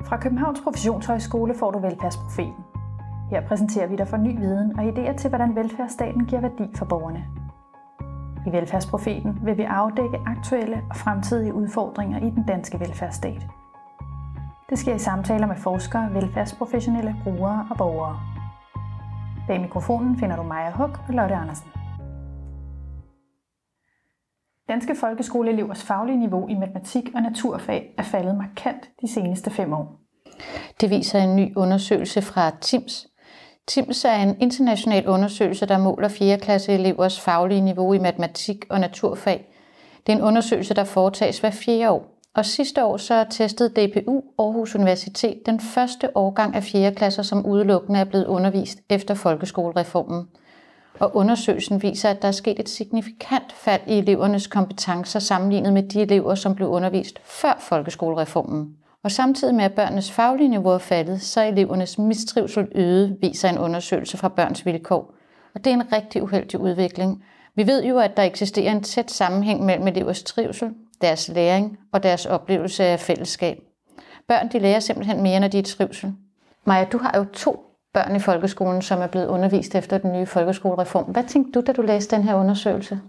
Fra Københavns Professionshøjskole får du Velfærdsprofeten. Her præsenterer vi dig for ny viden og idéer til, hvordan velfærdsstaten giver værdi for borgerne. I Velfærdsprofeten vil vi afdække aktuelle og fremtidige udfordringer i den danske velfærdsstat. Det sker i samtaler med forskere, velfærdsprofessionelle, brugere og borgere. Bag mikrofonen finder du Maja Huk og Lotte Andersen. Danske folkeskoleelevers faglige niveau i matematik og naturfag er faldet markant de seneste 5 år. Det viser en ny undersøgelse fra TIMSS. TIMSS er en international undersøgelse, der måler 4. klasse elevers faglige niveau i matematik og naturfag. Det er en undersøgelse, der foretages hver 4 år. Og sidste år så testede DPU Aarhus Universitet den første årgang af 4. klasser, som udelukkende er blevet undervist efter folkeskolereformen. Og undersøgelsen viser, at der er sket et signifikant fald i elevernes kompetencer sammenlignet med de elever, som blev undervist før folkeskolereformen. Og samtidig med, at børnenes faglige niveau er faldet, så er elevernes mistrivsel øget, viser en undersøgelse fra Børns Vilkår. Og det er en rigtig uheldig udvikling. Vi ved jo, at der eksisterer en tæt sammenhæng mellem elevers trivsel, deres læring og deres oplevelse af fællesskab. Børn de lærer simpelthen mere, når de er i trivsel. Maja, du har jo 2 børn i folkeskolen, som er blevet undervist efter den nye folkeskolereform. Hvad tænkte du, da du læste den her undersøgelse?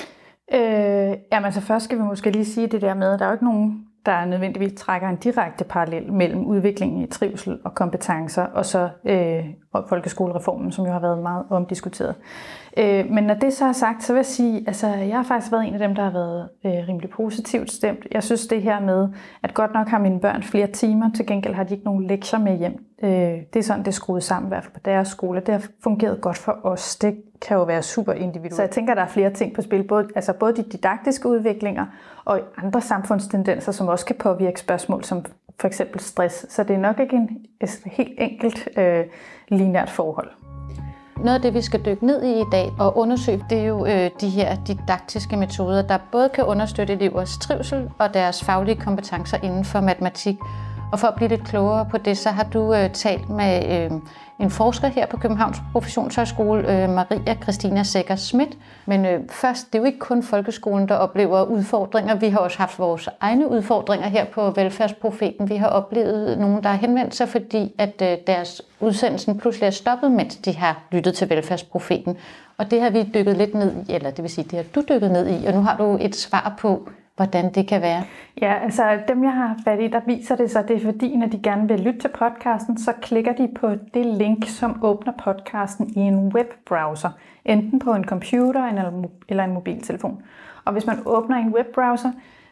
Først skal vi måske lige sige det der med, at der er jo ikke nogen, der nødvendigvis trækker en direkte parallel mellem udviklingen i trivsel og kompetencer og så folkeskolereformen, som jo har været meget omdiskuteret. Men når det så er sagt, så vil jeg sige, altså jeg har faktisk været en af dem, der har været rimelig positivt stemt. Jeg synes det her med, at godt nok har mine børn flere timer, til gengæld har de ikke nogen lektier med hjem. Det er sådan, det er skruet sammen, i hvert fald på deres skole. Det har fungeret godt for os. Det kan jo være super individuelt. Så jeg tænker, der er flere ting på spil. Både de didaktiske udviklinger og andre samfundstendenser, som også kan påvirke spørgsmål som for eksempel stress. Så det er nok ikke et helt enkelt lineært forhold. Noget af det, vi skal dykke ned i dag og undersøge, det er jo de her didaktiske metoder, der både kan understøtte elevers trivsel og deres faglige kompetencer inden for matematik. Og for at blive lidt klogere på det, så har du talt med en forsker her på Københavns Professionshøjskole, Maria Christina Secher-Schmidt. Men først, det er jo ikke kun folkeskolen, der oplever udfordringer. Vi har også haft vores egne udfordringer her på Velfærdsprofeten. Vi har oplevet nogen, der har henvendt sig, fordi at deres udsendelsen pludselig er stoppet, mens de har lyttet til Velfærdsprofeten. Og det har vi dykket lidt ned i, eller det vil sige, det har du dykket ned i, og nu har du et svar på, hvordan det kan være. Ja, altså dem jeg har fat i, der viser det sig, det er fordi, når de gerne vil lytte til podcasten, så klikker de på det link, som åbner podcasten i en webbrowser, enten på en computer eller en mobiltelefon. Og hvis man åbner en webbrowser,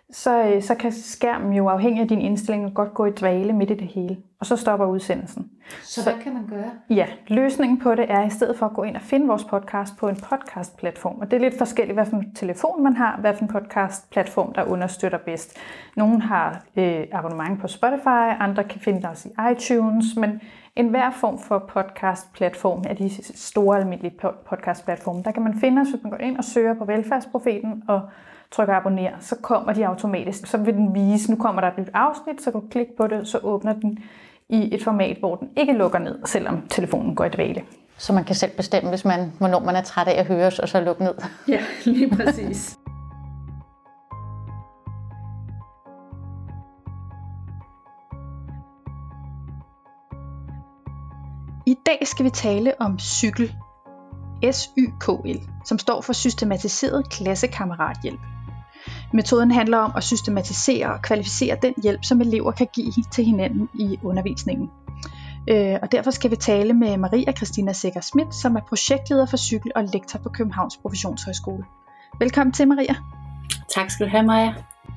så kan skærmen jo afhængig af dine indstillinger godt gå i dvale midt i det hele, og så stopper udsendelsen. Så hvad kan man gøre? Ja, løsningen på det er i stedet for at gå ind og finde vores podcast på en podcastplatform. Og det er lidt forskelligt, hvad for en telefon man har, hvad for en podcastplatform, der understøtter bedst. Nogle har abonnement på Spotify, andre kan finde os i iTunes, men enhver form for podcastplatform af de store almindelige podcastplatforme, der kan man finde os, hvis man går ind og søger på Velfærdsprofeten og trykker abonner, så kommer de automatisk. Så vil den vise, nu kommer der et nyt afsnit, så kan du klikke på det, så åbner den i et format, hvor den ikke lukker ned, selvom telefonen går i dvale. Så man kan selv bestemme, hvornår man er træt af at høre os, og så lukke ned. Ja, lige præcis. I dag skal vi tale om SYKL, SYKL, som står for Systematiseret Klassekamerathjælp. Metoden handler om at systematisere og kvalificere den hjælp, som elever kan give til hinanden i undervisningen. Og derfor skal vi tale med Maria Christina Secher-Schmidt, som er projektleder for SYKL og lektor på Københavns Professionshøjskole. Velkommen til, Maria. Tak skal du have, Maja.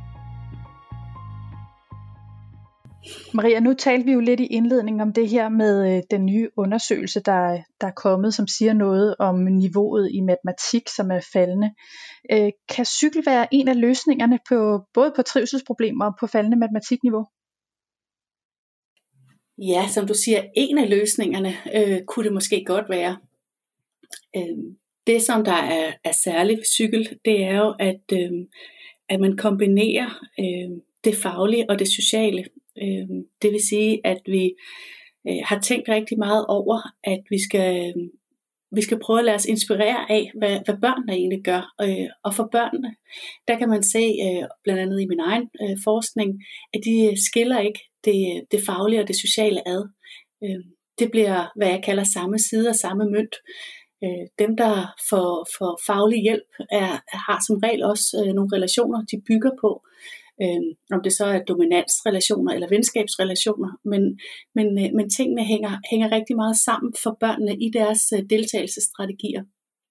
Maria, nu talte vi jo lidt i indledningen om det her med den nye undersøgelse, der er kommet, som siger noget om niveauet i matematik, som er faldende. Kan SYKL være en af løsningerne både på trivselsproblemer og på faldende matematikniveau? Ja, som du siger, en af løsningerne kunne det måske godt være. Det, som der er særligt ved SYKL, det er jo, at man kombinerer det faglige og det sociale. Det vil sige, at vi har tænkt rigtig meget over, at vi skal prøve at lade os inspirere af, hvad børnene egentlig gør. Og for børnene, der kan man se, blandt andet i min egen forskning, at de skiller ikke det faglige og det sociale ad. Det bliver, hvad jeg kalder samme side og samme mønt. Dem, der får faglig hjælp, har som regel også nogle relationer, de bygger på. Om det så er dominansrelationer eller venskabsrelationer, men tingene hænger rigtig meget sammen for børnene i deres deltagelsesstrategier.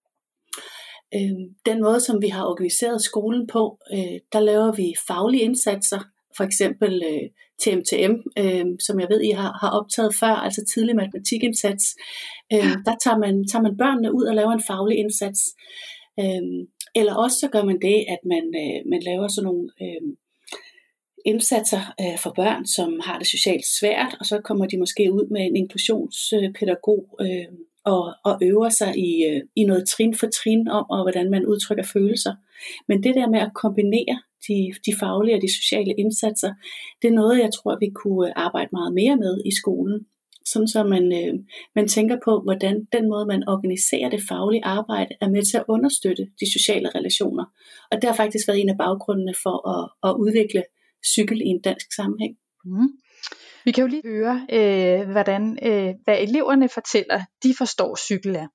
Den måde, som vi har organiseret skolen på, der laver vi faglige indsatser, for eksempel TMTM, som jeg ved, I har optaget før, altså tidlig matematikindsats. Der tager man børnene ud og laver en faglig indsats. Eller også så gør man det, at man laver sådan nogle indsatser for børn, som har det socialt svært, og så kommer de måske ud med en inklusionspædagog og øver sig i noget trin for trin om, og hvordan man udtrykker følelser. Men det der med at kombinere de faglige og de sociale indsatser, det er noget, jeg tror, vi kunne arbejde meget mere med i skolen. Sådan så man tænker på, hvordan den måde, man organiserer det faglige arbejde, er med til at understøtte de sociale relationer. Og det har faktisk været en af baggrundene for at udvikle cykel i en dansk sammenhæng. Mm. Vi kan jo lige høre, hvad eleverne fortæller, de forstår cykel er.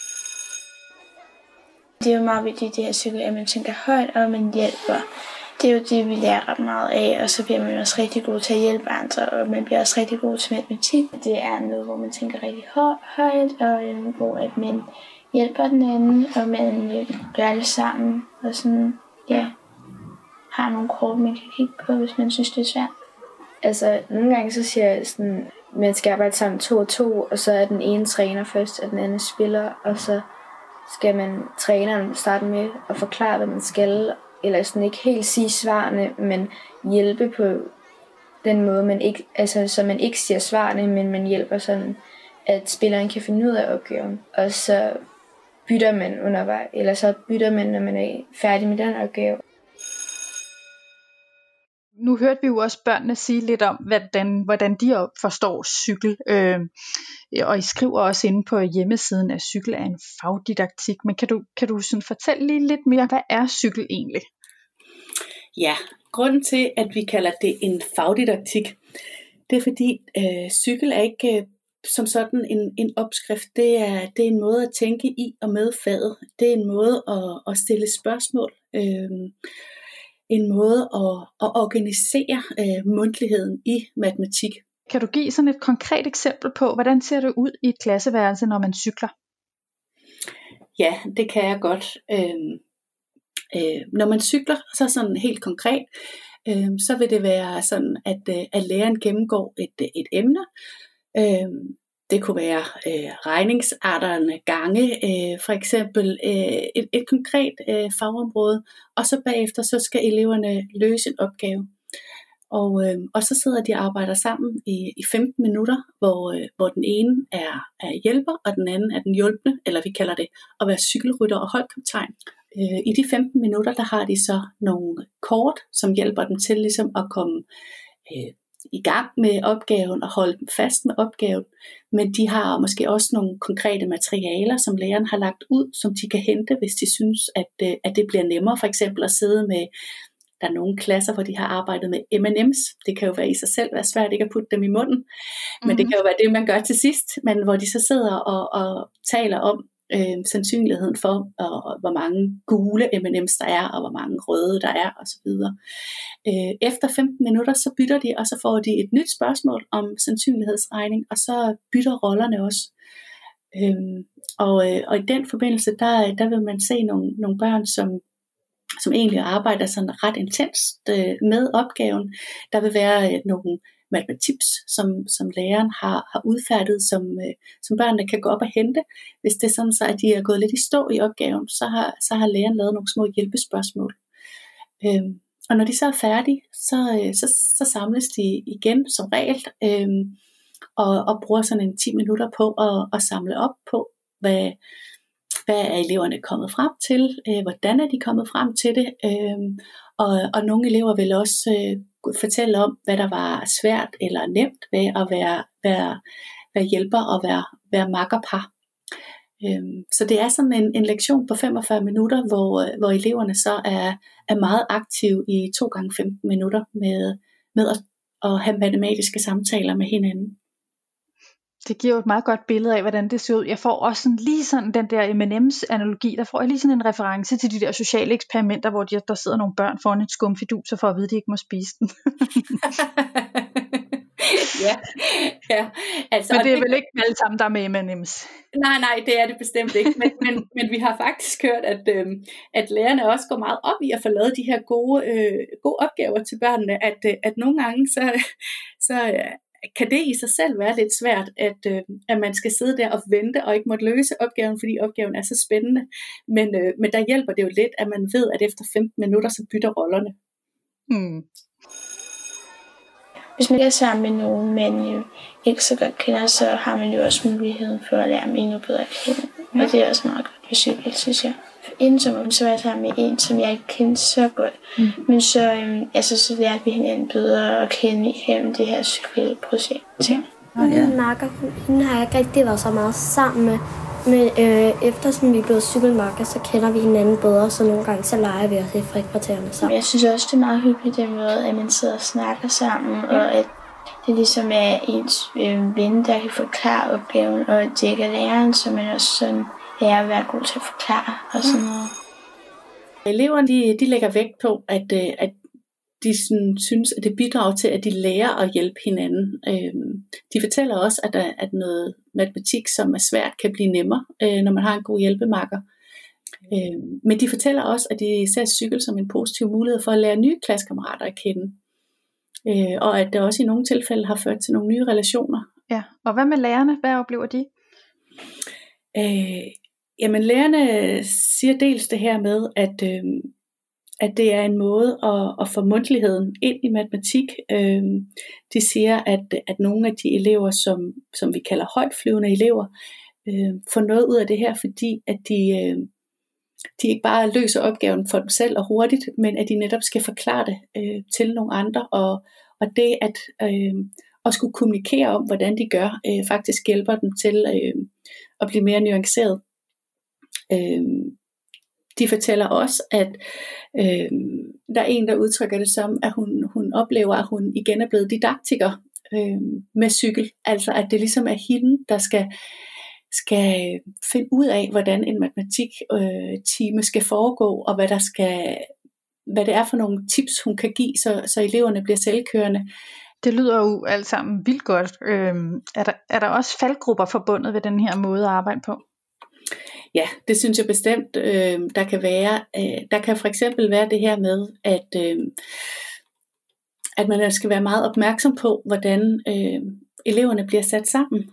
Det er jo meget vigtigt, det her cykel, at man tænker højt, og man hjælper. Det er jo det, vi lærer ret meget af, og så bliver man også rigtig god til at hjælpe andre, og man bliver også rigtig god til matematik. Det er noget, hvor man tænker rigtig højt, og hvor at man hjælper den anden, og man gør det sammen, og sådan, ja, har nogle kort, man kan kigge på, hvis man synes, det er svært. Altså, nogle gange så siger jeg sådan, man skal arbejde sammen 2 og 2, og så er den ene træner først, og den anden spiller, og så skal træneren starte med at forklare, hvad man skal, eller sådan ikke helt sige svarene, men hjælpe på den måde, man ikke, altså så man ikke siger svarene, men man hjælper sådan, at spilleren kan finde ud af opgaven. Og så bytter man undervejs, eller så bytter man, når man er færdig med den opgave. Nu hørte vi jo også børnene sige lidt om, hvordan de forstår cykel, og I skriver også inde på hjemmesiden, at cykel er en fagdidaktik. Men kan du sådan fortælle lige lidt mere, hvad er cykel egentlig? Ja, grunden til, at vi kalder det en fagdidaktik, det er fordi cykel er ikke som sådan en opskrift. Det er en måde at tænke i og med faget. Det er en måde at stille spørgsmål. En måde at organisere mundtligheden i matematik. Kan du give sådan et konkret eksempel på, hvordan ser det ud i et klasseværelse, når man cykler? Ja, det kan jeg godt. Når man cykler, så sådan helt konkret, så vil det være sådan, at læreren gennemgår et emne. Det kunne være regningsarterne, gange, for eksempel et konkret fagområde, og så bagefter så skal eleverne løse en opgave. Og så sidder de og arbejder sammen i 15 minutter, hvor den ene er hjælper, og den anden er den hjulpende, eller vi kalder det at være cykelrytter og holdkaptajn. I de 15 minutter, der har de så nogle kort, som hjælper dem til ligesom at komme i gang med opgaven og holde dem fast med opgaven, men de har måske også nogle konkrete materialer, som læreren har lagt ud, som de kan hente, hvis de synes, at det bliver nemmere. For eksempel at sidde med, der er nogle klasser, hvor de har arbejdet med M&M's. Det kan jo være i sig selv være svært ikke at putte dem i munden, men det kan jo være det, man gør til sidst, men hvor de så sidder og taler om sandsynligheden for, hvor mange gule M&M's der er, og hvor mange røde der er, osv. Efter 15 minutter, så bytter de, og så får de et nyt spørgsmål om sandsynlighedsregning, og så bytter rollerne også. Og i den forbindelse, der vil man se nogle børn, som egentlig arbejder sådan ret intenst med opgaven. Der vil være nogle matematips, som læreren har udfærdiget, som børnene kan gå op og hente. Hvis det er sådan, så at de er gået lidt i stå i opgaven, så har læreren lavet nogle små hjælpespørgsmål. Og når de så er færdige, så samles de igen som regel, og bruger sådan en 10 minutter på at samle op på, hvad er eleverne kommet frem til, hvordan er de kommet frem til det, og nogle elever vil også fortælle om, hvad der var svært eller nemt ved at være hjælper og være makkerpar. Så det er sådan en lektion på 45 minutter, hvor eleverne så er meget aktive i 2 gange 15 minutter med at have matematiske samtaler med hinanden. Det giver jo et meget godt billede af, hvordan det ser ud. Jeg får også sådan, lige sådan den der M&M's-analogi, der får jeg lige sådan en reference til de der sociale eksperimenter, hvor der sidder nogle børn foran et skumfidus, og for at vide, at de ikke må spise den. ja. Altså, men det er vel ikke alle sammen, der er med M&M's? Nej, det er det bestemt ikke. Men vi har faktisk hørt, at lærerne også går meget op i at få lavet de her gode opgaver til børnene, at nogle gange så kan det i sig selv være lidt svært, at man skal sidde der og vente og ikke måtte løse opgaven, fordi opgaven er så spændende. Men der hjælper det jo lidt, at man ved, at efter 15 minutter, så bytter rollerne. Hvis man er sammen med nogen, man jo ikke så godt kender, så har man jo også muligheden for at lære dem endnu bedre at kende. Ja. Og det er også meget godt for cykel, synes jeg. Inden sommer, så var jeg sammen med en, som jeg ikke kendte så godt. Men så lærte vi hinanden bedre at kende igennem det her cykelprojekt. Min makker, hende har jeg ikke rigtig været så meget sammen med. Men eftersom vi er blevet cykelmakker, så kender vi hinanden bedre, så nogle gange så leger vi os i frikvartererne sammen. Jeg synes også, det er meget hyggeligt den måde, at man sidder og snakker sammen, og at det ligesom er ens ven, der kan forklare opgaven, og det ikke er læreren, så man også sådan lærer at være god til at forklare og sådan noget. Eleverne de lægger vægt på, at de synes, at det bidrager til, at de lærer at hjælpe hinanden. De fortæller også, at noget matematik, som er svært, kan blive nemmere, når man har en god hjælpemakker. Men de fortæller også, at de ser cykel som en positiv mulighed for at lære nye klassekammerater at kende. Og at det også i nogle tilfælde har ført til nogle nye relationer. Ja, og hvad med lærerne? Hvad oplever de? Jamen lærerne siger dels det her med, at det er en måde at få mundtligheden ind i matematik. De siger, at nogle af de elever, som vi kalder højtflyvende elever, får noget ud af det her, fordi at de ikke bare løser opgaven for dem selv og hurtigt, men at de netop skal forklare det til nogle andre, og det at skulle kommunikere om, hvordan de gør, faktisk hjælper dem til at blive mere nuanceret. De fortæller også, at der er en, der udtrykker det som, at hun oplever, at hun igen er blevet didaktiker med cykel. Altså at det ligesom er hende, der skal finde ud af, hvordan en matematiktime skal foregå, og hvad det er for nogle tips, hun kan give, så eleverne bliver selvkørende. Det lyder jo alt sammen vildt godt. Er der også faldgrupper forbundet ved den her måde at arbejde på? Ja, det synes jeg bestemt, der kan være. Der kan for eksempel være det her med, at man skal være meget opmærksom på, hvordan eleverne bliver sat sammen.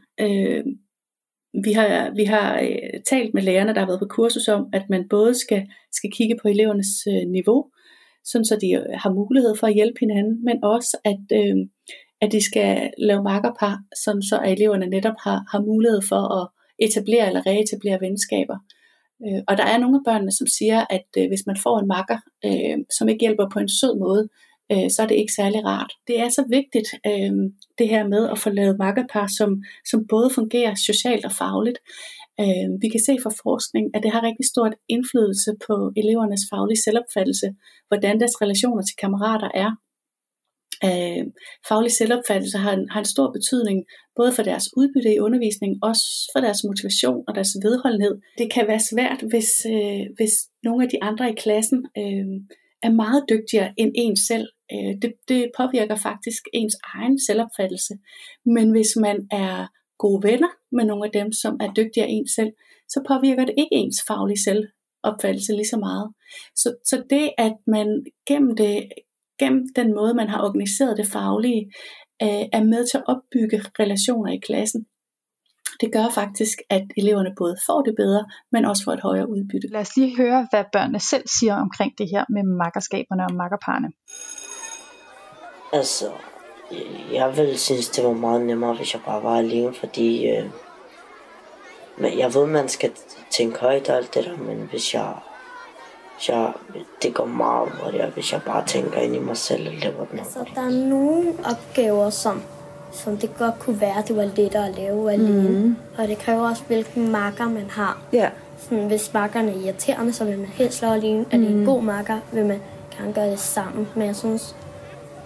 Vi har talt med lærerne, der har været på kursus om, at man både skal kigge på elevernes niveau, sådan så de har mulighed for at hjælpe hinanden, men også at de skal lave makkerpar, sådan så at eleverne netop har mulighed for at etablere eller reetablere venskaber. Og der er nogle af børnene, som siger, at hvis man får en makker, som ikke hjælper på en sød måde, så er det ikke særlig rart. Det er så vigtigt, det her med at få lavet makkerpar, som både fungerer socialt og fagligt. Vi kan se fra forskning, at det har rigtig stort indflydelse på elevernes faglige selvopfattelse, hvordan deres relationer til kammerater er. Faglig selvopfattelse har en stor betydning, både for deres udbytte i undervisningen, også for deres motivation og deres vedholdenhed. Det kan være svært, hvis nogle af de andre i klassen er meget dygtigere end en selv. Det påvirker faktisk ens egen selvopfattelse. Men hvis man er gode venner med nogle af dem, som er dygtigere end en selv, så påvirker det ikke ens faglige selvopfattelse lige så meget. Så det, at man gennem den måde, man har organiseret det faglige, er med til at opbygge relationer i klassen. Det gør faktisk, at eleverne både får det bedre, men også får et højere udbytte. Lad os lige høre, hvad børnene selv siger omkring det her med makkerskaberne og makkerparerne. Altså, jeg ville synes, det var meget nemmere, hvis jeg bare var alene, fordi men jeg ved, man skal tænke højt og alt det der, men hvis jeg det går meget hurtigere, hvis jeg bare tænker ind i mig selv og laver den. Altså, der er nogle opgaver, som det godt kunne være, det var lettere at lave alene. Og det kræver også, hvilken makker man har. Ja. Sådan, hvis makkerne er irriterende, så vil man helst lave alene. Er det en god makker, vil man gerne gøre det sammen. Men jeg synes,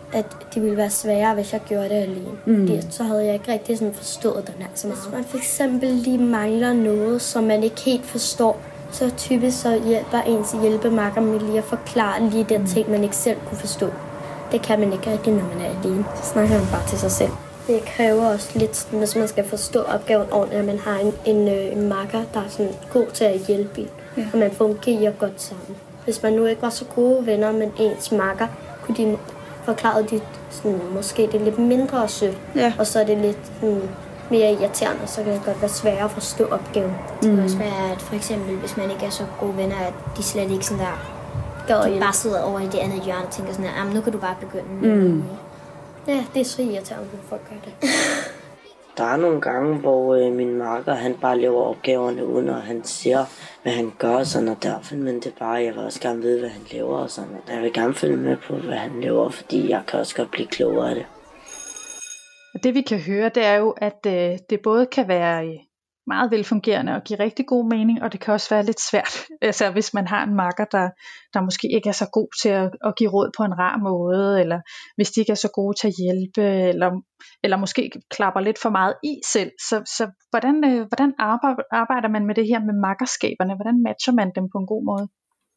at det ville være sværere, hvis jeg gjorde det alene. Fordi så havde jeg ikke rigtig sådan forstået den her så meget. Hvis man for eksempel lige mangler noget, som man ikke helt forstår, så typisk så hjælper ens hjælpemakker med lige at forklare lige den ting, man ikke selv kunne forstå. Det kan man ikke rigtig, når man er alene. Så snakker man bare til sig selv. Det kræver også lidt, hvis man skal forstå opgaven ordentligt, at man har en makker, der er sådan god til at hjælpe en, og man fungerer godt sammen. Hvis man nu ikke var så gode venner med ens makker, kunne de forklare de sådan, måske det lidt mindre sødt, og så er det lidt mere irriterende, så kan det godt være sværere at forstå opgaven. Det kan også være, at for eksempel, hvis man ikke er så gode venner, at de slet ikke sådan der, de bare sidder over i det andet hjørne og tænker sådan her, nu kan du bare begynde. Ja, det er så irriterende, når folk gør det. Der er nogle gange, hvor min makker, han bare laver opgaverne uden, og han siger, hvad han gør og sådan, og derfor, men det er bare, jeg vil også gerne vide, hvad han laver og sådan, og jeg vil gerne følge med på, hvad han laver, fordi jeg kan også godt blive klogere af det. Det vi kan høre, det er jo, at det både kan være meget velfungerende og give rigtig god mening, og det kan også være lidt svært, altså hvis man har en makker, der måske ikke er så god til at give råd på en rar måde, eller hvis de ikke er så gode til at hjælpe, eller måske klapper lidt for meget i selv. Så hvordan arbejder man med det her med makkerskaberne? Hvordan matcher man dem på en god måde?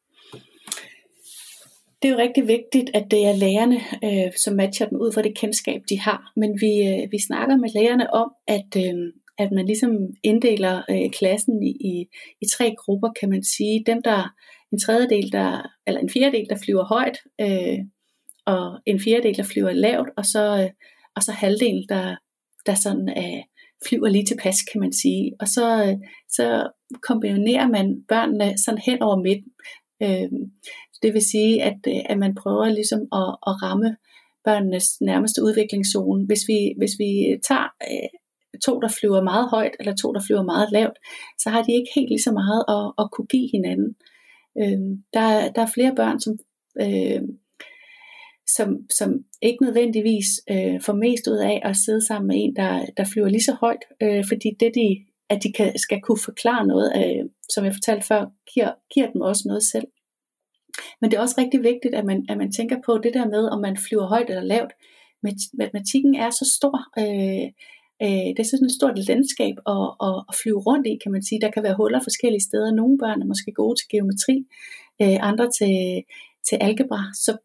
Det er jo rigtig vigtigt, at det er lærerne, som matcher dem ud fra det kendskab, de har. Men vi snakker med lærerne om, at man ligesom inddeler klassen i 3 grupper, kan man sige. Dem, der en fjerdedel, der flyver højt, og en fjerdedel, der flyver lavt, og så halvdelen, der sådan flyver lige tilpas, kan man sige. Og så kombinerer man børnene sådan hen over midten. Det vil sige, at man prøver ligesom at ramme børnenes nærmeste udviklingszone. Hvis vi tager 2, der flyver meget højt, eller 2, der flyver meget lavt, så har de ikke helt lige så meget at kunne give hinanden. Der er flere børn, som ikke nødvendigvis får mest ud af at sidde sammen med en, der flyver lige så højt, fordi at de skal kunne forklare noget, som jeg fortalte før, giver dem også noget selv. Men det er også rigtig vigtigt, at man tænker på det der med, om man flyver højt eller lavt. Matematikken er så stor. Det er sådan et stort landskab at flyve rundt i, kan man sige. Der kan være huller forskellige steder. Nogle børn er måske gode til geometri, andre til algebra.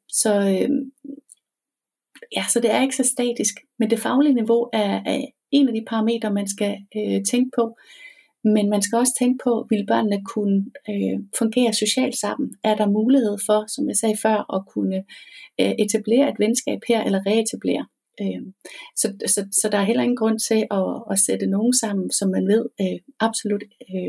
Så det er ikke så statisk. Men det faglige niveau er en af de parametre, man skal tænke på. Men man skal også tænke på, vil børnene kunne fungere socialt sammen? Er der mulighed for, som jeg sagde før, at kunne etablere et venskab her, eller reetablere? Så der er heller ingen grund til at sætte nogen sammen, som man ved absolut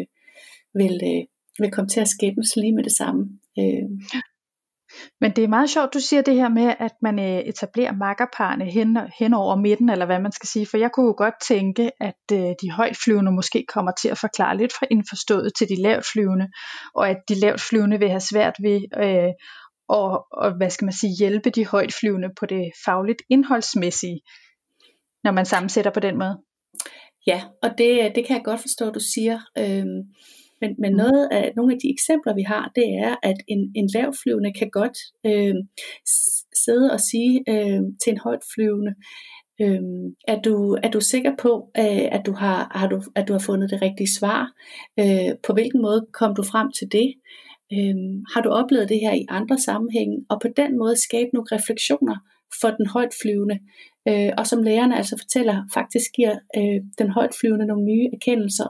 vil komme til at skæbnes lige med det samme. Men det er meget sjovt, du siger det her med, at man etablerer makkerparne hen over midten, eller hvad man skal sige. For jeg kunne jo godt tænke, at de højtflyvende måske kommer til at forklare lidt fra indforstået til de lavtflyvende, og at de lavtflyvende vil have svært ved og hvad skal man sige, hjælpe de højtflyvende på det fagligt indholdsmæssige, når man sammensætter på den måde. Ja, og det kan jeg godt forstå, du siger. Men nogle af de eksempler, vi har, det er, at en lavtflyvende kan godt sidde og sige til en højtflyvende, er du sikker på, at du har fundet det rigtige svar? På hvilken måde kom du frem til det? Har du oplevet det her i andre sammenhænge? Og på den måde skabe nogle refleksioner for den højtflyvende, og som lærerne altså fortæller, faktisk giver den højtflyvende nogle nye erkendelser.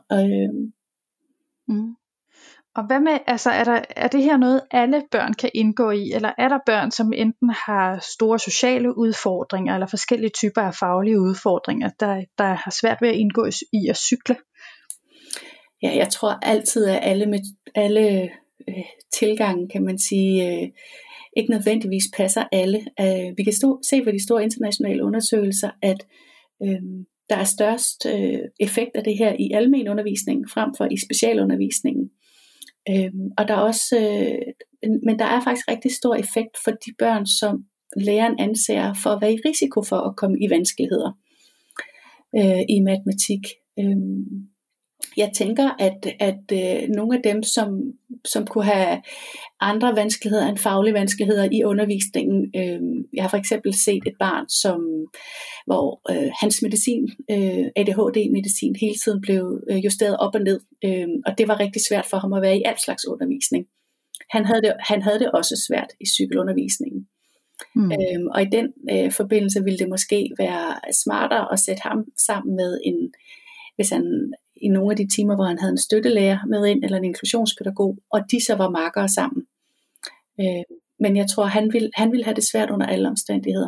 Og hvad med, altså er det her noget, alle børn kan indgå i, eller er der børn, som enten har store sociale udfordringer, eller forskellige typer af faglige udfordringer, der har svært ved at indgå i at cykle? Ja, jeg tror altid, at alle tilgange, kan man sige, ikke nødvendigvis passer alle. Vi kan se ved de store internationale undersøgelser, at der er størst effekt af det her i almen undervisning, frem for i specialundervisningen. Og der er også, men der er faktisk rigtig stor effekt for de børn, som læreren anser for at være i risiko for at komme i vanskeligheder i matematik. Jeg tænker, at nogle af dem, som kunne have andre vanskeligheder end faglige vanskeligheder i undervisningen. Jeg har for eksempel set et barn, hvor hans medicin, ADHD-medicin, hele tiden blev justeret op og ned. Og det var rigtig svært for ham at være i al slags undervisning. Han havde det også svært i cykelundervisningen. Og i den forbindelse ville det måske være smartere at sætte ham sammen med hvis han i nogle af de timer, hvor han havde en støttelærer med ind, eller en inklusionspædagog, og de så var makkere sammen. Men jeg tror, han ville have det svært under alle omstændigheder.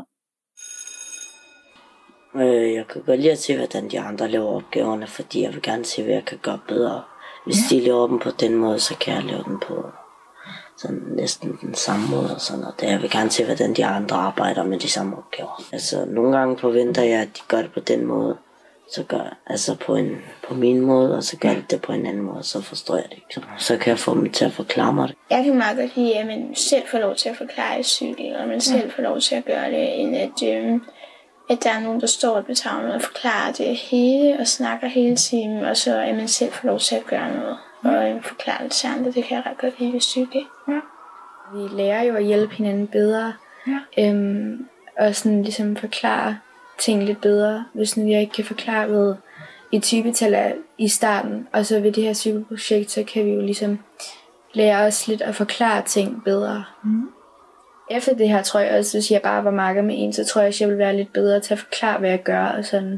Jeg kan godt lide at se, hvordan de andre laver opgaverne, fordi jeg vil gerne se, hvad jeg kan gøre bedre. Hvis de laver dem på den måde, så kan jeg lave dem på sådan næsten den samme måde. Og sådan noget. Jeg vil gerne se, hvordan de andre arbejder med de samme opgaver. Altså, nogle gange forventer jeg, at de gør det på den måde, så gør altså på min måde, og så gør de det på en anden måde, så forstår jeg det ikke. Så kan jeg få dem til at forklare mig det. Jeg kan meget godt lide, at man selv får lov til at forklare i cykel, og man selv får lov til at gøre det, end at der er nogen, der står på tavlen og forklarer det hele, og snakker hele timen, og så at man selv får lov til at gøre noget, og forklare det til andre. Det kan jeg ret godt lide ved cykel. Ja. Vi lærer jo at hjælpe hinanden bedre, og sådan ligesom forklare ting lidt bedre, hvis nu jeg ikke kan forklare ved i typetal i starten, og så ved det her cykelprojekt, så kan vi jo ligesom lære os lidt at forklare ting bedre. Efter det her tror jeg også, hvis jeg bare var makker med en, så tror jeg, at jeg vil være lidt bedre til at forklare, hvad jeg gør og sådan.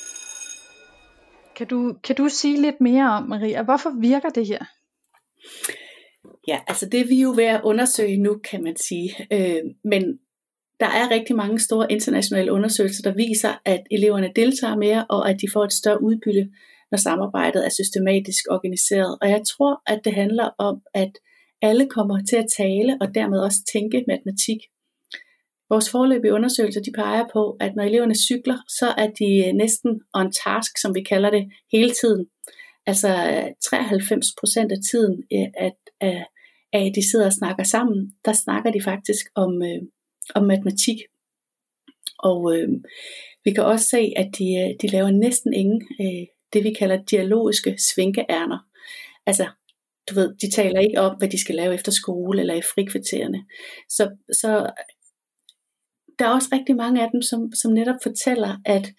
Kan du sige lidt mere om, Maria, hvorfor virker det her? Ja, altså det er vi jo ved at undersøge nu, kan man sige. Men der er rigtig mange store internationale undersøgelser, der viser, at eleverne deltager mere, og at de får et større udbytte, når samarbejdet er systematisk organiseret. Og jeg tror, at det handler om, at alle kommer til at tale, og dermed også tænke matematik. Vores foreløbige undersøgelser, de peger på, at når eleverne cykler, så er de næsten on task, som vi kalder det, hele tiden. Altså 93% af tiden, at de sidder og snakker sammen, der snakker de faktisk om matematik. Og vi kan også se, at de laver næsten ingen det vi kalder dialogiske svinkeærner. Altså, du ved, de taler ikke om, hvad de skal lave efter skole eller i frikvartererne. Så der er også rigtig mange af dem, som netop fortæller,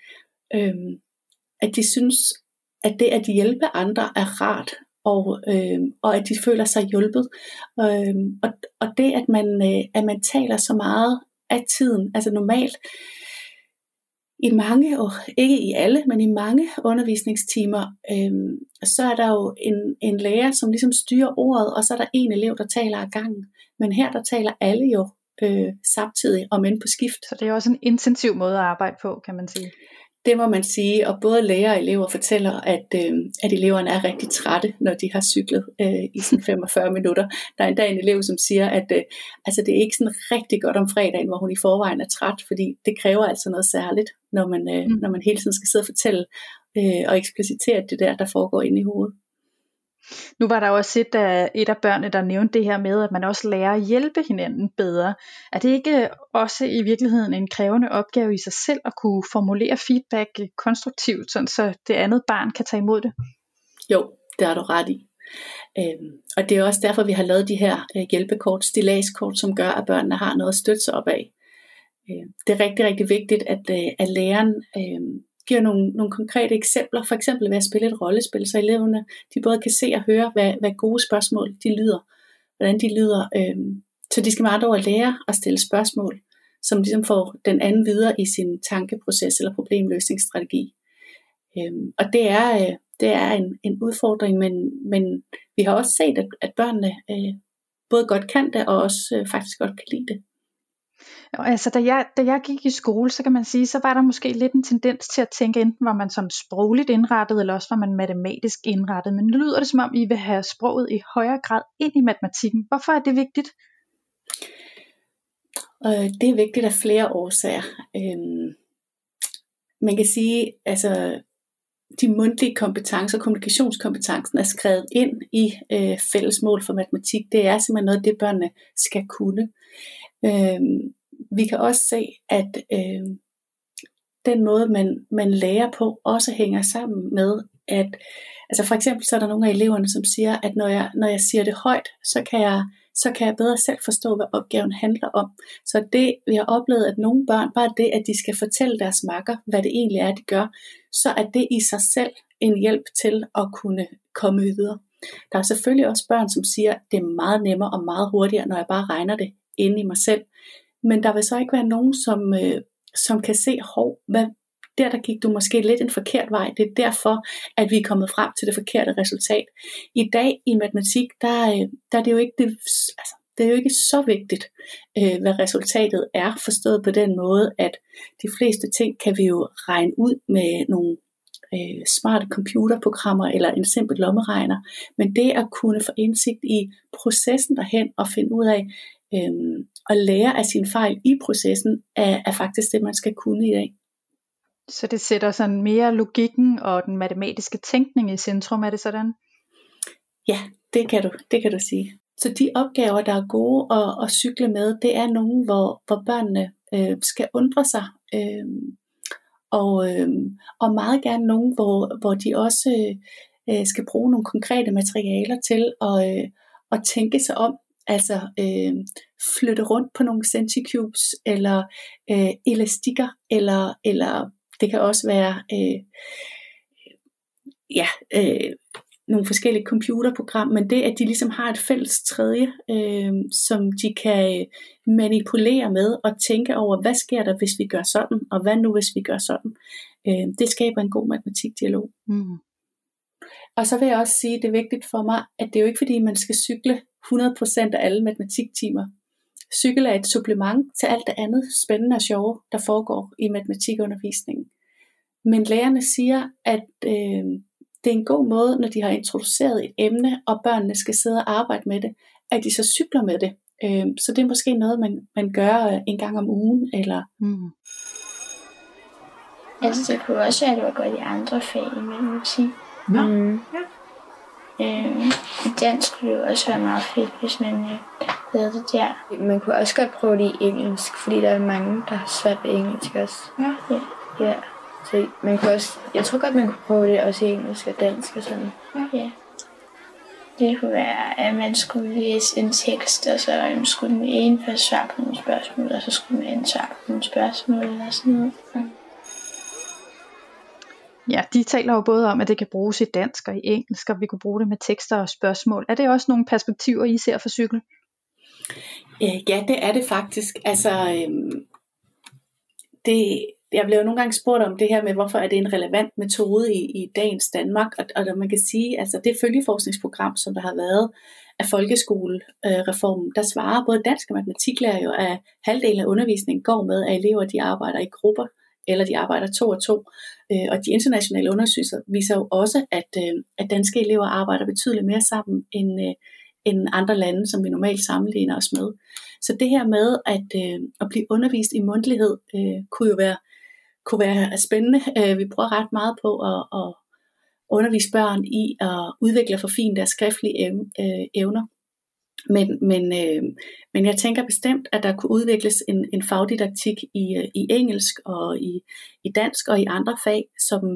at de synes, at det at hjælpe andre er rart, og at de føler sig hjulpet. Og det, at man taler så meget af tiden, altså normalt, i mange, og ikke i alle, men i mange undervisningstimer, så er der jo en lærer, som ligesom styrer ordet, og så er der en elev, der taler ad gangen. Men her, der taler alle jo samtidig, om end på skift. Så det er også en intensiv måde at arbejde på, kan man sige. Det må man sige, og både lærere og elever fortæller, at eleverne er rigtig trætte, når de har cyklet i sådan 45 minutter. Der er endda en elev, som siger, at altså det er ikke sådan rigtig godt om fredagen, hvor hun i forvejen er træt, fordi det kræver altså noget særligt, når man hele tiden skal sidde og fortælle og eksplicitere det der foregår inde i hovedet. Nu var der også et af børnene, der nævnte det her med, at man også lærer at hjælpe hinanden bedre. Er det ikke også i virkeligheden en krævende opgave i sig selv at kunne formulere feedback konstruktivt, sådan så det andet barn kan tage imod det? Jo, det har du ret i. Og det er også derfor, vi har lavet de her hjælpekort, stilladskort, som gør, at børnene har noget at støtte sig op af. Det er rigtig, rigtig vigtigt, at læreren giver nogle konkrete eksempler, for eksempel ved at spille et rollespil, så eleverne de både kan se og høre, hvad gode spørgsmål de lyder, hvordan de lyder, så de skal med andre ord lære at stille spørgsmål, som ligesom får den anden videre i sin tankeproces eller problemløsningsstrategi. Og det er en udfordring, men vi har også set, at børnene både godt kan det, og også faktisk godt kan lide det. Altså da jeg gik i skole, så kan man sige, så var der måske lidt en tendens til at tænke, enten var man sådan sprogligt indrettet, eller også var man matematisk indrettet. Men nu lyder det som om, I vil have sproget i højere grad ind i matematikken. Hvorfor er det vigtigt? Det er vigtigt af flere årsager. Man kan sige, altså de mundtlige kompetencer, kommunikationskompetencen er skrevet ind i fælles mål for matematik. Det er simpelthen noget, det børnene skal kunne. Vi kan også se, den måde, man lærer på, også hænger sammen med, at altså for eksempel så er der nogle af eleverne, som siger, at når jeg siger det højt, så kan jeg bedre selv forstå, hvad opgaven handler om. Så det, vi har oplevet, at nogle børn, bare det, at de skal fortælle deres makker, hvad det egentlig er, de gør, så er det i sig selv en hjælp til at kunne komme videre. Der er selvfølgelig også børn, som siger, at det er meget nemmere og meget hurtigere, når jeg bare regner det inde i mig selv. Men der vil så ikke være nogen, som kan se, hvad der gik du måske lidt en forkert vej. Det er derfor, at vi er kommet frem til det forkerte resultat. I dag i matematik, der er det jo ikke det er jo ikke så vigtigt, hvad resultatet er, forstået på den måde, at de fleste ting kan vi jo regne ud med nogle smarte computerprogrammer eller en simpel lommeregner. Men det at kunne få indsigt i processen derhen og finde ud af at lære af sine fejl i processen, er faktisk det, man skal kunne i dag. Så det sætter sådan mere logikken og den matematiske tænkning i centrum, er det sådan? Ja, det kan du sige. Så de opgaver, der er gode at cykle med, det er nogle, hvor børnene skal undre sig, og meget gerne nogle, hvor de også skal bruge nogle konkrete materialer til at tænke sig om. Altså flytte rundt på nogle centicubes, eller elastikker, eller det kan også være nogle forskellige computerprogrammer, men det, at de ligesom har et fælles tredje, som de kan manipulere med og tænke over, hvad sker der, hvis vi gør sådan, og hvad nu, hvis vi gør sådan. Det skaber en god matematikdialog. Mm. Og så vil jeg også sige, at det er vigtigt for mig, at det er jo ikke fordi, man skal cykle 100% af alle matematiktimer. Cykel er et supplement til alt det andet spændende og sjove, der foregår i matematikundervisningen. Men lærerne siger, at det er en god måde, når de har introduceret et emne, og børnene skal sidde og arbejde med det, at de så cykler med det. Så det er måske noget, man gør en gang om ugen. Eller Altså det kunne også være, at det var godt i andre fag i matematik. I dansk kunne det også være meget fedt, hvis man lavede det der. Man kunne også godt prøve det i engelsk, fordi der er mange, der har svært ved engelsk også. Ja. Så man kunne også, jeg tror godt, man kunne prøve det også i engelsk og dansk og sådan. Ja. Det kunne være, at man skulle læse en tekst, og så skulle den ene først svare på nogle spørgsmål, og så skulle den anden svare på nogle spørgsmål eller sådan noget. Ja, de taler jo både om, at det kan bruges i dansk og i engelsk, og vi kunne bruge det med tekster og spørgsmål. Er det også nogle perspektiver, I ser for cykel? Ja, det er det faktisk. Altså, jeg blev jo nogle gange spurgt om det her med, hvorfor er det en relevant metode i dagens Danmark, og man kan sige, altså det følgeforskningsprogram, som der har været af folkeskolereformen, der svarer både dansk og matematiklærer jo, at halvdelen af undervisningen går med, at elever de arbejder i grupper, eller de arbejder 2 og 2. Og de internationale undersøgelser viser jo også, at danske elever arbejder betydeligt mere sammen end andre lande, som vi normalt sammenligner os med. Så det her med at blive undervist i mundtlighed kunne være spændende. Vi bruger ret meget på at undervise børn i at udvikle og forfine deres skriftlige evner. Men jeg tænker bestemt, at der kunne udvikles en fagdidaktik i engelsk og i dansk og i andre fag,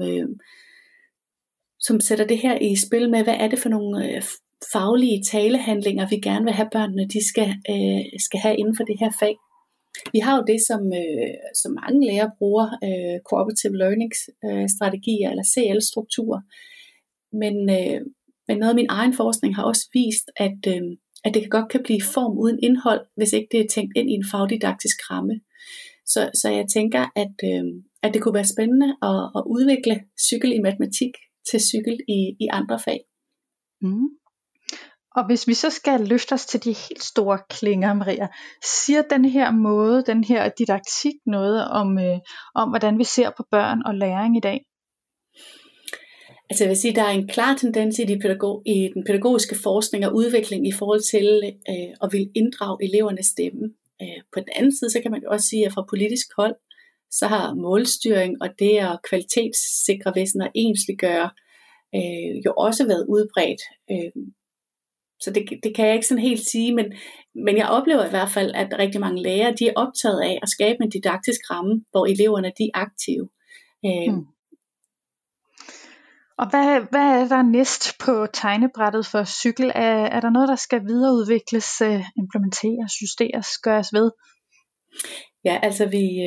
som sætter det her i spil med, hvad er det for nogle faglige talehandlinger, vi gerne vil have børnene, de skal have inden for det her fag. Vi har jo det, som mange lærere bruger, cooperative learning strategier eller CL-strukturer. Men noget af min egen forskning har også vist, at det godt kan blive form uden indhold, hvis ikke det er tænkt ind i en fagdidaktisk ramme. Så jeg tænker, at det kunne være spændende at udvikle cykel i matematik til cykel i andre fag. Mm. Og hvis vi så skal løfte os til de helt store klinger, Maria, siger den her måde, den her didaktik noget om hvordan vi ser på børn og læring i dag? Altså jeg vil sige, at der er en klar tendens i den pædagogiske forskning og udvikling i forhold til at ville inddrage elevernes stemme. På den anden side, så kan man jo også sige, at fra politisk hold, så har målstyring og det at kvalitetssikre væsen og ensliggøre jo også været udbredt. Så det kan jeg ikke sådan helt sige, men jeg oplever i hvert fald, at rigtig mange lærere de er optaget af at skabe en didaktisk ramme, hvor eleverne de er aktive. Og hvad er der næst på tegnebrættet for cykel? Er der noget, der skal videreudvikles, implementeres, justeres, gøres ved? Ja, altså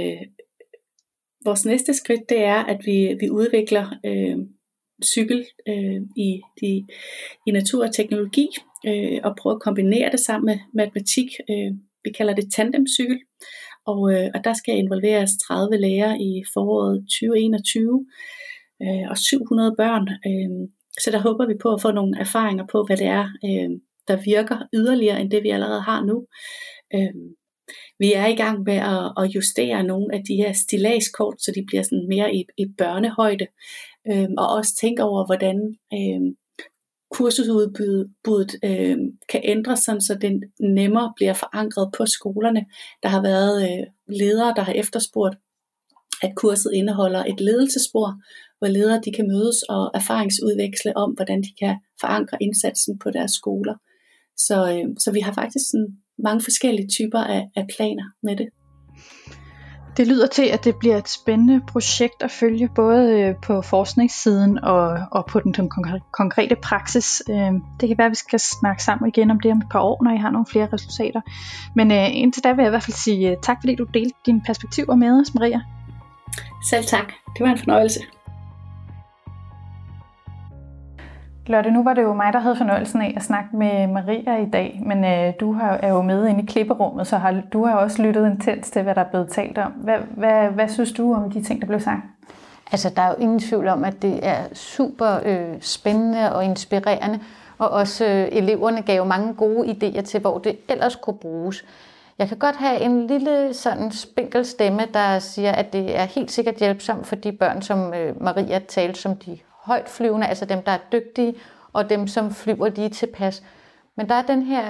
vores næste skridt, det er, at vi udvikler cykel i natur og teknologi, og prøver at kombinere det sammen med matematik. Vi kalder det tandemcykel, og der skal involveres 30 lærere i foråret 2021, og 700 børn. Så der håber vi på at få nogle erfaringer på, hvad det er, der virker yderligere end det, vi allerede har nu. Vi er i gang med at justere nogle af de her stilladskort, så de bliver sådan mere i børnehøjde, og også tænke over, hvordan kursusudbuddet kan ændres, sådan, så det nemmere bliver forankret på skolerne. Der har været ledere, der har efterspurgt, at kurset indeholder et ledelsesspor, hvor ledere de kan mødes og erfaringsudveksle om, hvordan de kan forankre indsatsen på deres skoler. Så vi har faktisk sådan mange forskellige typer af planer med det. Det lyder til, at det bliver et spændende projekt at følge, både på forskningssiden og på den konkrete praksis. Det kan være, at vi skal snakke sammen igen om det om et par år, når I har nogle flere resultater. Men indtil da vil jeg i hvert fald sige tak, fordi du delte dine perspektiver med os, Maria. Selv tak. Det var en fornøjelse. Lotte, nu var det jo mig, der havde fornøjelsen af at snakke med Maria i dag, men du er jo med inde i klipperummet, så du har også lyttet intens til, hvad der er blevet talt om. Hvad synes du om de ting, der blev sagt? Altså, der er jo ingen tvivl om, at det er super spændende og inspirerende, og også eleverne gav jo mange gode idéer til, hvor det ellers kunne bruges. Jeg kan godt have en lille sådan spinkel stemme, der siger, at det er helt sikkert hjælpsomt for de børn, som Maria talte som de højtflyvende, altså dem, der er dygtige, og dem, som flyver lige tilpas. Men der er den her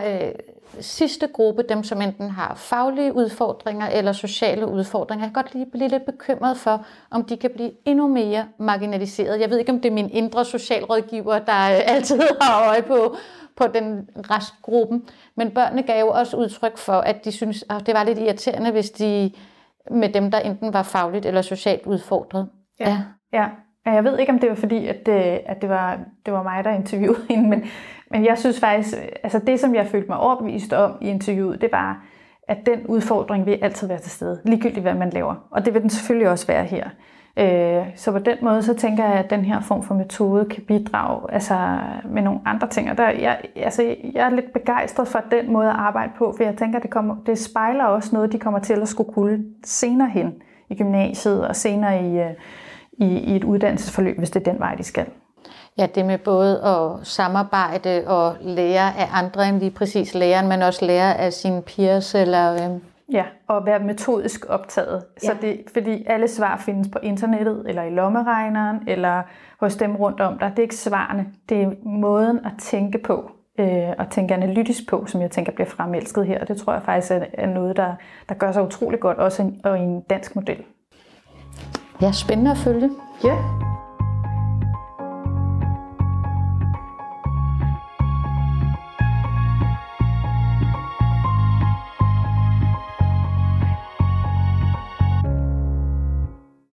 sidste gruppe, dem, som enten har faglige udfordringer eller sociale udfordringer. Jeg kan godt lige blive lidt bekymret for, om de kan blive endnu mere marginaliseret. Jeg ved ikke, om det er min indre socialrådgiver, der altid har øje på den restgruppen. Men børnene gav jo også udtryk for, at de synes, at det var lidt irriterende, hvis de med dem, der enten var fagligt eller socialt udfordret. Ja. Jeg ved ikke, om det var fordi, at det var mig, der interviewede hende, men jeg synes faktisk, altså det, som jeg følte mig overbevist om i interviewet, det var, at den udfordring vil altid være til stede, ligegyldigt hvad man laver. Og det vil den selvfølgelig også være her. Så på den måde, så tænker jeg, at den her form for metode kan bidrage altså, med nogle andre ting. Og jeg er lidt begejstret for den måde at arbejde på, for jeg tænker, at det spejler også noget, de kommer til at skulle kunne senere hen i gymnasiet og senere i et uddannelsesforløb, hvis det er den vej, de skal. Ja, det med både at samarbejde og lære af andre end lige præcis læreren, men også lære af sine peers. Ja, og være metodisk optaget. Ja. Så fordi alle svar findes på internettet, eller i lommeregneren, eller hos dem rundt om dig. Det er ikke svarene, det er måden at tænke på, og tænke analytisk på, som jeg tænker bliver fremelsket her. Og det tror jeg faktisk er noget, der gør sig utrolig godt, også i en dansk model. Ja, spændende at følge. Ja.